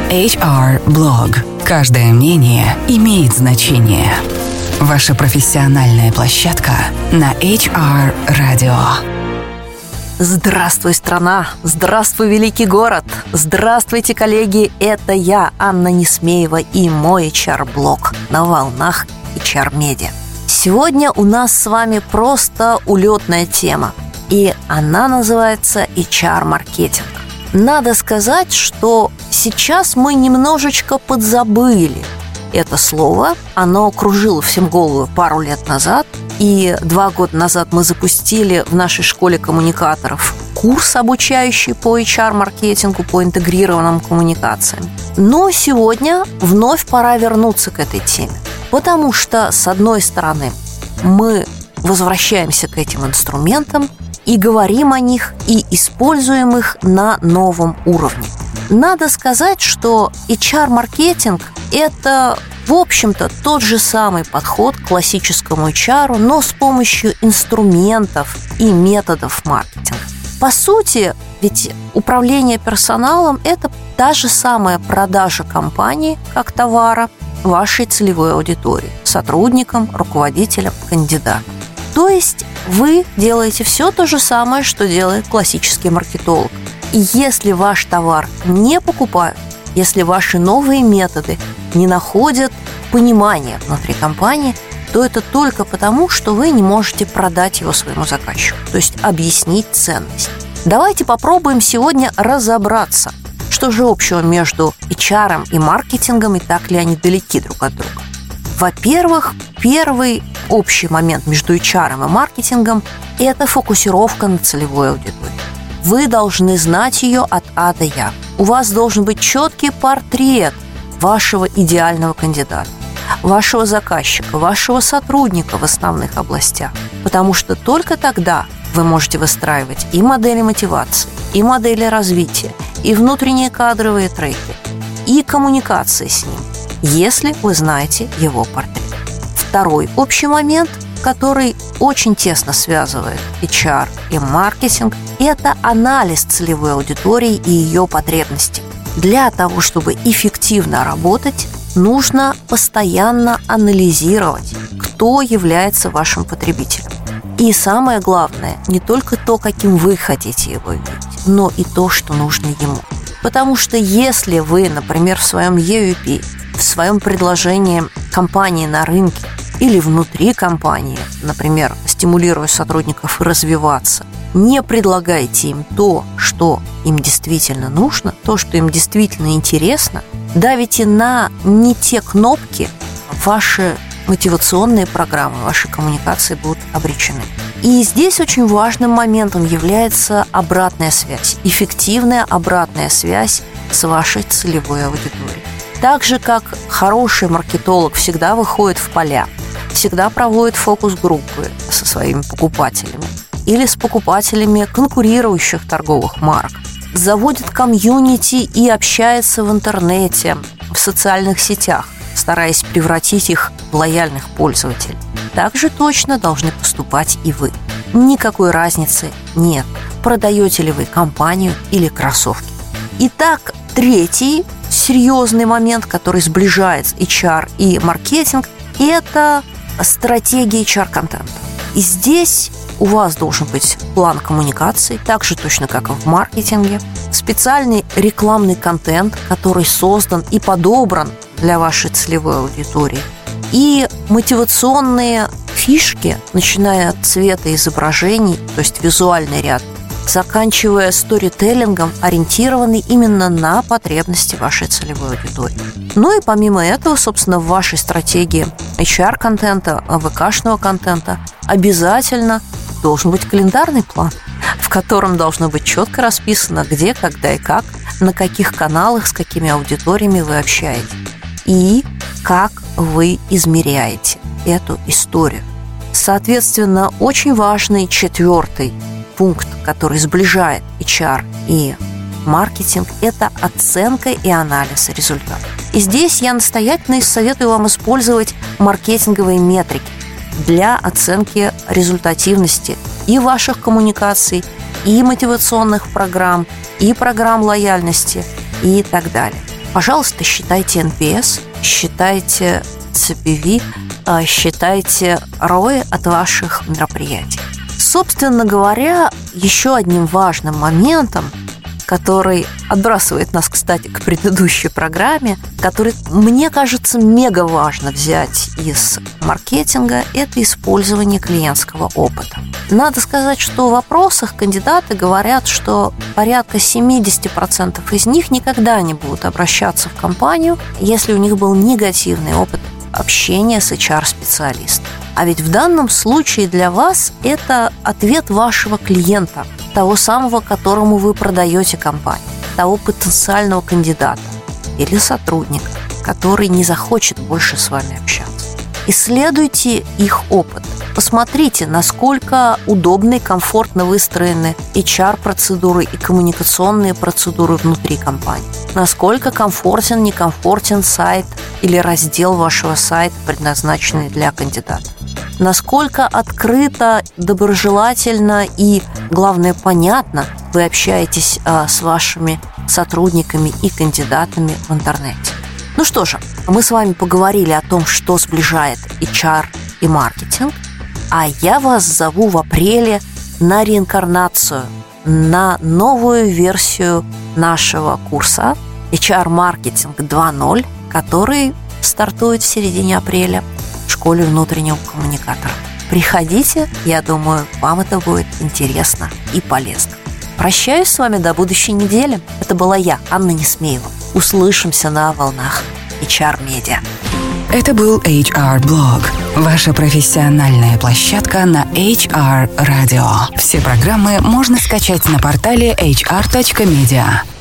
HR-блог. Каждое мнение имеет значение. Ваша профессиональная площадка на HR-радио. Здравствуй, страна! Здравствуй, великий город! Здравствуйте, коллеги! Это я, Анна Несмеева, и мой HR-блог на волнах HR-медиа. Сегодня у нас с вами просто улетная тема, и она называется HR-маркетинг. Надо сказать, что сейчас мы немножечко подзабыли это слово. Оно кружило всем голову пару лет назад, и 2 года назад мы запустили в нашей школе коммуникаторов курс, обучающий по HR-маркетингу, по интегрированным коммуникациям. Но сегодня вновь пора вернуться к этой теме, потому что, с одной стороны, мы возвращаемся к этим инструментам и говорим о них, и используем их на новом уровне. Надо сказать, что HR-маркетинг – это, в общем-то, тот же самый подход к классическому HR, но с помощью инструментов и методов маркетинга. По сути, ведь управление персоналом – это та же самая продажа компании как товара вашей целевой аудитории – сотрудникам, руководителям, кандидатам. То есть вы делаете все то же самое, что делает классический маркетолог. И если ваш товар не покупают, если ваши новые методы не находят понимания внутри компании, то это только потому, что вы не можете продать его своему заказчику, то есть объяснить ценность. Давайте попробуем сегодня разобраться, что же общего между HR и маркетингом, и так ли они далеки друг от друга. Во-первых, первый общий момент между HR и маркетингом – это фокусировка на целевой аудитории. Вы должны знать ее от А до Я. У вас должен быть четкий портрет вашего идеального кандидата, вашего заказчика, вашего сотрудника в основных областях. Потому что только тогда вы можете выстраивать и модели мотивации, и модели развития, и внутренние кадровые треки, и коммуникации с ним, если вы знаете его портрет. Второй общий момент, который очень тесно связывает HR и маркетинг, это анализ целевой аудитории и ее потребностей. Для того, чтобы эффективно работать, нужно постоянно анализировать, кто является вашим потребителем. И самое главное, не только то, каким вы хотите его видеть, но и то, что нужно ему. Потому что если вы, например, в своем EVP, в своем предложении компании на рынке или внутри компании, например, стимулируя сотрудников развиваться, не предлагаете им то, что им действительно нужно, то, что им действительно интересно, давите на не те кнопки, ваши мотивационные программы, ваши коммуникации будут обречены. И здесь очень важным моментом является обратная связь, эффективная обратная связь с вашей целевой аудиторией. Так же, как хороший маркетолог всегда выходит в поля, всегда проводит фокус-группы со своими покупателями или с покупателями конкурирующих торговых марок, заводит комьюнити и общается в интернете, в социальных сетях, стараясь превратить их в лояльных пользователей. Так же точно должны поступать и вы. Никакой разницы нет, продаете ли вы компанию или кроссовки. Итак, третий серьезный момент, который сближает HR и маркетинг, это стратегия HR-контента. И здесь у вас должен быть план коммуникаций, так же точно, как и в маркетинге, специальный рекламный контент, который создан и подобран для вашей целевой аудитории, и мотивационные фишки, начиная от цвета изображений, то есть визуальный ряд, заканчивая сторителлингом, ориентированный именно на потребности вашей целевой аудитории. Ну и помимо этого, собственно, в вашей стратегии HR-контента, ВК-шного контента обязательно должен быть календарный план, в котором должно быть четко расписано, где, когда и как, на каких каналах, с какими аудиториями вы общаетесь и как вы измеряете эту историю. Соответственно, очень важный четвертый пункт, который сближает HR и маркетинг, это оценка и анализ результатов. И здесь я настоятельно советую вам использовать маркетинговые метрики для оценки результативности и ваших коммуникаций, и мотивационных программ, и программ лояльности, и так далее. Пожалуйста, считайте NPS, считайте CPV, считайте ROI от ваших мероприятий. Собственно говоря, еще одним важным моментом, который отбрасывает нас, кстати, к предыдущей программе, который, мне кажется, мега важно взять из маркетинга, это использование клиентского опыта. Надо сказать, что в вопросах кандидаты говорят, что порядка 70% из них никогда не будут обращаться в компанию, если у них был негативный опыт общения с HR-специалистом. А ведь в данном случае для вас это ответ вашего клиента, того самого, которому вы продаете компанию, того потенциального кандидата или сотрудника, который не захочет больше с вами общаться. Исследуйте их опыт. Посмотрите, насколько удобны и комфортно выстроены HR-процедуры и коммуникационные процедуры внутри компании. Насколько комфортен, некомфортен сайт или раздел вашего сайта, предназначенный для кандидата. Насколько открыто, доброжелательно и, главное, понятно вы общаетесь с вашими сотрудниками и кандидатами в интернете. Ну что же, мы с вами поговорили о том, что сближает HR и маркетинг, а я вас зову в апреле на реинкарнацию, на новую версию нашего курса HR-маркетинг 2.0, который стартует в середине апреля в школе внутреннего коммуникатора. Приходите, я думаю, вам это будет интересно и полезно. Прощаюсь с вами до будущей недели. Это была я, Анна Несмеева. Услышимся на волнах HR Media. Это был HR-блог, ваша профессиональная площадка на HR Radio. Все программы можно скачать на портале hr.media.